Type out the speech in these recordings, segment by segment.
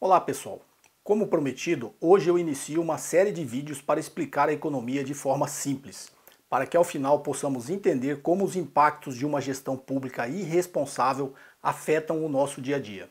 Olá pessoal, como prometido, hoje eu inicio uma série de vídeos para explicar a economia de forma simples, para que ao final possamos entender como os impactos de uma gestão pública irresponsável afetam o nosso dia a dia.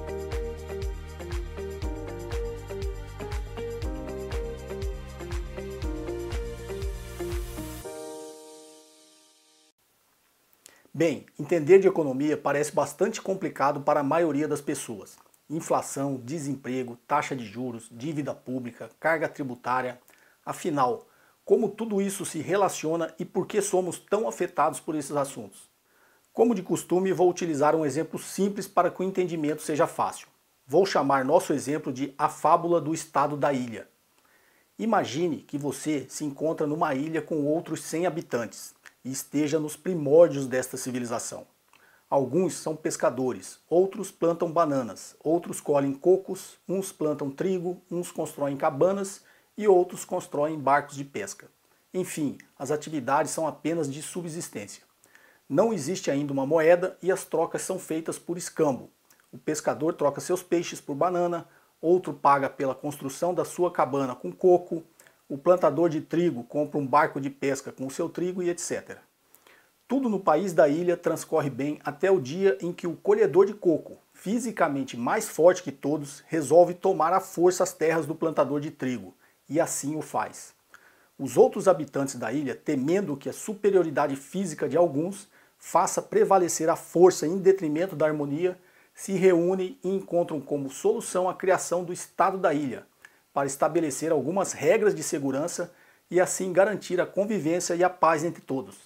Bem, entender de economia parece bastante complicado para a maioria das pessoas. Inflação, desemprego, taxa de juros, dívida pública, carga tributária. Afinal, como tudo isso se relaciona e por que somos tão afetados por esses assuntos? Como de costume, vou utilizar um exemplo simples para que o entendimento seja fácil. Vou chamar nosso exemplo de A Fábula do Estado da Ilha. Imagine que você se encontra numa ilha com outros 100 habitantes e esteja nos primórdios desta civilização. Alguns são pescadores, outros plantam bananas, outros colhem cocos, uns plantam trigo, uns constroem cabanas e outros constroem barcos de pesca. Enfim, as atividades são apenas de subsistência. Não existe ainda uma moeda e as trocas são feitas por escambo. O pescador troca seus peixes por banana, outro paga pela construção da sua cabana com coco, o plantador de trigo compra um barco de pesca com o seu trigo e etc. Tudo no país da ilha transcorre bem até o dia em que o colhedor de coco, fisicamente mais forte que todos, resolve tomar à força as terras do plantador de trigo, e assim o faz. Os outros habitantes da ilha, temendo que a superioridade física de alguns faça prevalecer a força em detrimento da harmonia, se reúnem e encontram como solução a criação do Estado da Ilha, para estabelecer algumas regras de segurança e assim garantir a convivência e a paz entre todos.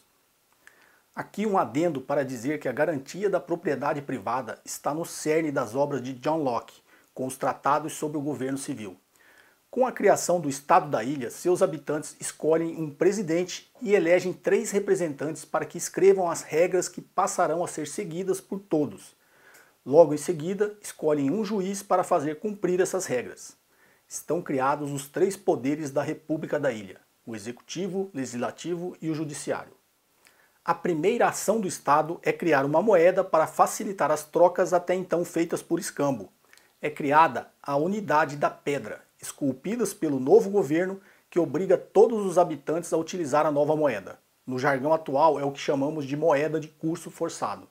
Aqui um adendo para dizer que a garantia da propriedade privada está no cerne das obras de John Locke, com os tratados sobre o governo civil. Com a criação do Estado da Ilha, seus habitantes escolhem um presidente e elegem 3 representantes para que escrevam as regras que passarão a ser seguidas por todos. Logo em seguida, escolhem um juiz para fazer cumprir essas regras. Estão criados os 3 poderes da República da Ilha, o Executivo, Legislativo e o Judiciário. A primeira ação do Estado é criar uma moeda para facilitar as trocas até então feitas por escambo. É criada a Unidade da Pedra, esculpidas pelo novo governo que obriga todos os habitantes a utilizar a nova moeda. No jargão atual é o que chamamos de moeda de curso forçado.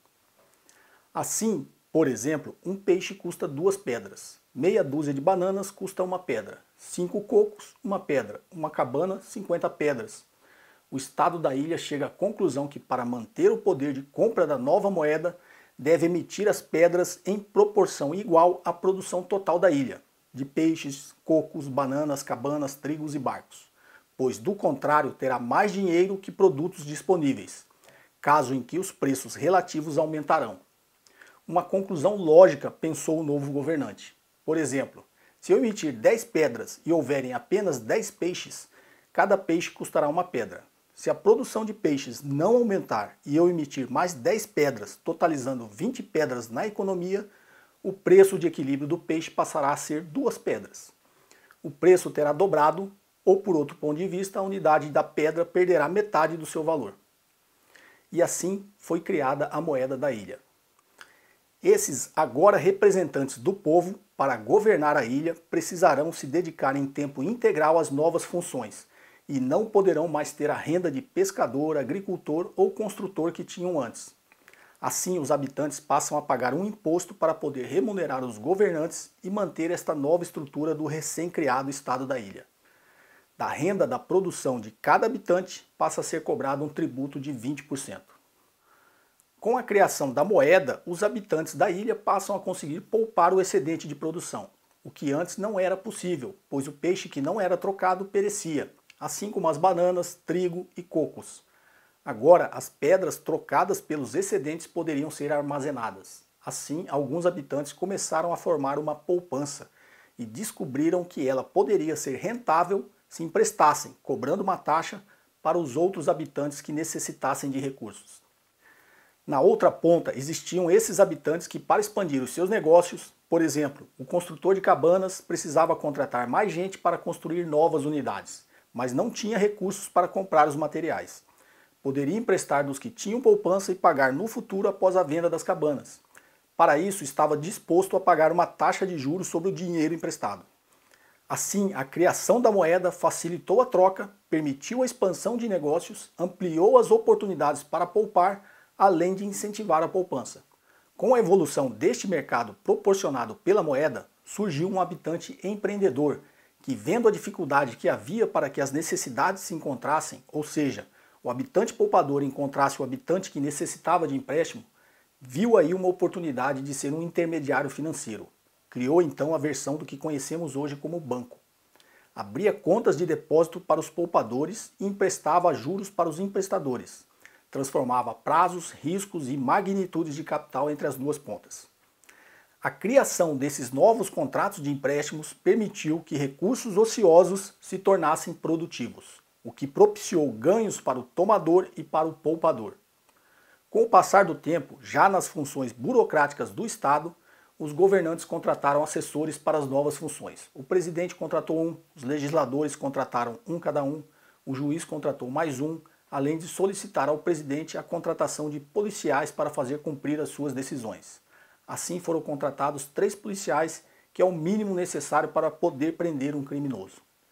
Assim, por exemplo, um peixe custa 2 pedras, meia dúzia de bananas custa 1 pedra, 5 cocos, 1 pedra, uma cabana, 50 pedras. O Estado da Ilha chega à conclusão que para manter o poder de compra da nova moeda, deve emitir as pedras em proporção igual à produção total da ilha, de peixes, cocos, bananas, cabanas, trigos e barcos, pois do contrário terá mais dinheiro que produtos disponíveis, caso em que os preços relativos aumentarão. Uma conclusão lógica, pensou o novo governante. Por exemplo, se eu emitir 10 pedras e houverem apenas 10 peixes, cada peixe custará 1 pedra. Se a produção de peixes não aumentar e eu emitir mais 10 pedras, totalizando 20 pedras na economia, o preço de equilíbrio do peixe passará a ser 2 pedras. O preço terá dobrado, ou por outro ponto de vista, a unidade da pedra perderá metade do seu valor. E assim foi criada a moeda da ilha. Esses agora representantes do povo, para governar a ilha, precisarão se dedicar em tempo integral às novas funções e não poderão mais ter a renda de pescador, agricultor ou construtor que tinham antes. Assim, os habitantes passam a pagar um imposto para poder remunerar os governantes e manter esta nova estrutura do recém-criado Estado da Ilha. Da renda da produção de cada habitante passa a ser cobrado um tributo de 20%. Com a criação da moeda, os habitantes da ilha passam a conseguir poupar o excedente de produção, o que antes não era possível, pois o peixe que não era trocado perecia, assim como as bananas, trigo e cocos. Agora, as pedras trocadas pelos excedentes poderiam ser armazenadas. Assim, alguns habitantes começaram a formar uma poupança e descobriram que ela poderia ser rentável se emprestassem, cobrando uma taxa para os outros habitantes que necessitassem de recursos. Na outra ponta, existiam esses habitantes que, para expandir os seus negócios, por exemplo, o construtor de cabanas precisava contratar mais gente para construir novas unidades, mas não tinha recursos para comprar os materiais. Poderia emprestar dos que tinham poupança e pagar no futuro após a venda das cabanas. Para isso, estava disposto a pagar uma taxa de juros sobre o dinheiro emprestado. Assim, a criação da moeda facilitou a troca, permitiu a expansão de negócios, ampliou as oportunidades para poupar, além de incentivar a poupança. Com a evolução deste mercado proporcionado pela moeda, surgiu um habitante empreendedor que, vendo a dificuldade que havia para que as necessidades se encontrassem, ou seja, o habitante poupador encontrasse o habitante que necessitava de empréstimo, viu aí uma oportunidade de ser um intermediário financeiro. Criou então a versão do que conhecemos hoje como banco. Abria contas de depósito para os poupadores e emprestava juros para os emprestadores. Transformava prazos, riscos e magnitudes de capital entre as duas pontas. A criação desses novos contratos de empréstimos permitiu que recursos ociosos se tornassem produtivos, o que propiciou ganhos para o tomador e para o poupador. Com o passar do tempo, já nas funções burocráticas do Estado, os governantes contrataram assessores para as novas funções. O presidente contratou um, os legisladores contrataram um cada um, o juiz contratou mais um, além de solicitar ao presidente a contratação de policiais para fazer cumprir as suas decisões. Assim foram contratados 3 policiais, que é o mínimo necessário para poder prender um criminoso.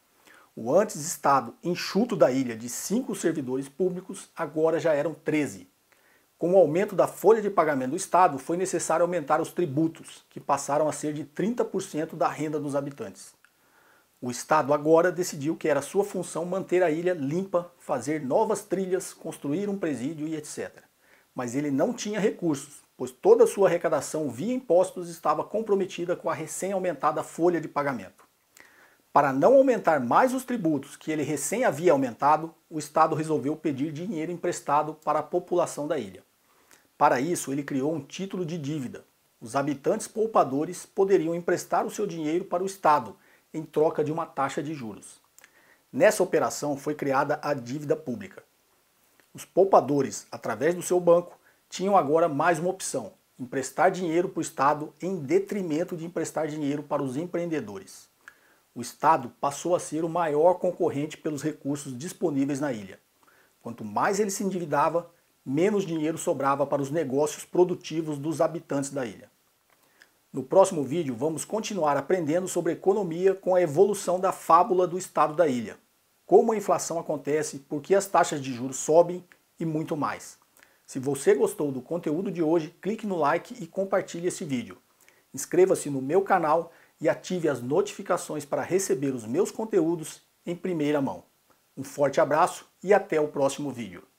O antes estado enxuto da ilha de 5 servidores públicos agora já eram 13. Com o aumento da folha de pagamento do Estado, foi necessário aumentar os tributos, que passaram a ser de 30% da renda dos habitantes. O Estado agora decidiu que era sua função manter a ilha limpa, fazer novas trilhas, construir um presídio e etc. Mas ele não tinha recursos, pois toda a sua arrecadação via impostos estava comprometida com a recém-aumentada folha de pagamento. Para não aumentar mais os tributos que ele recém havia aumentado, o Estado resolveu pedir dinheiro emprestado para a população da ilha. Para isso, ele criou um título de dívida. Os habitantes poupadores poderiam emprestar o seu dinheiro para o Estado, em troca de uma taxa de juros. Nessa operação foi criada a dívida pública. Os poupadores, através do seu banco, tinham agora mais uma opção: emprestar dinheiro para o Estado em detrimento de emprestar dinheiro para os empreendedores. O Estado passou a ser o maior concorrente pelos recursos disponíveis na ilha. Quanto mais ele se endividava, menos dinheiro sobrava para os negócios produtivos dos habitantes da ilha. No próximo vídeo vamos continuar aprendendo sobre economia com a evolução da fábula do estado da ilha, como a inflação acontece, por que as taxas de juros sobem e muito mais. Se você gostou do conteúdo de hoje, clique no like e compartilhe esse vídeo. Inscreva-se no meu canal e ative as notificações para receber os meus conteúdos em primeira mão. Um forte abraço e até o próximo vídeo.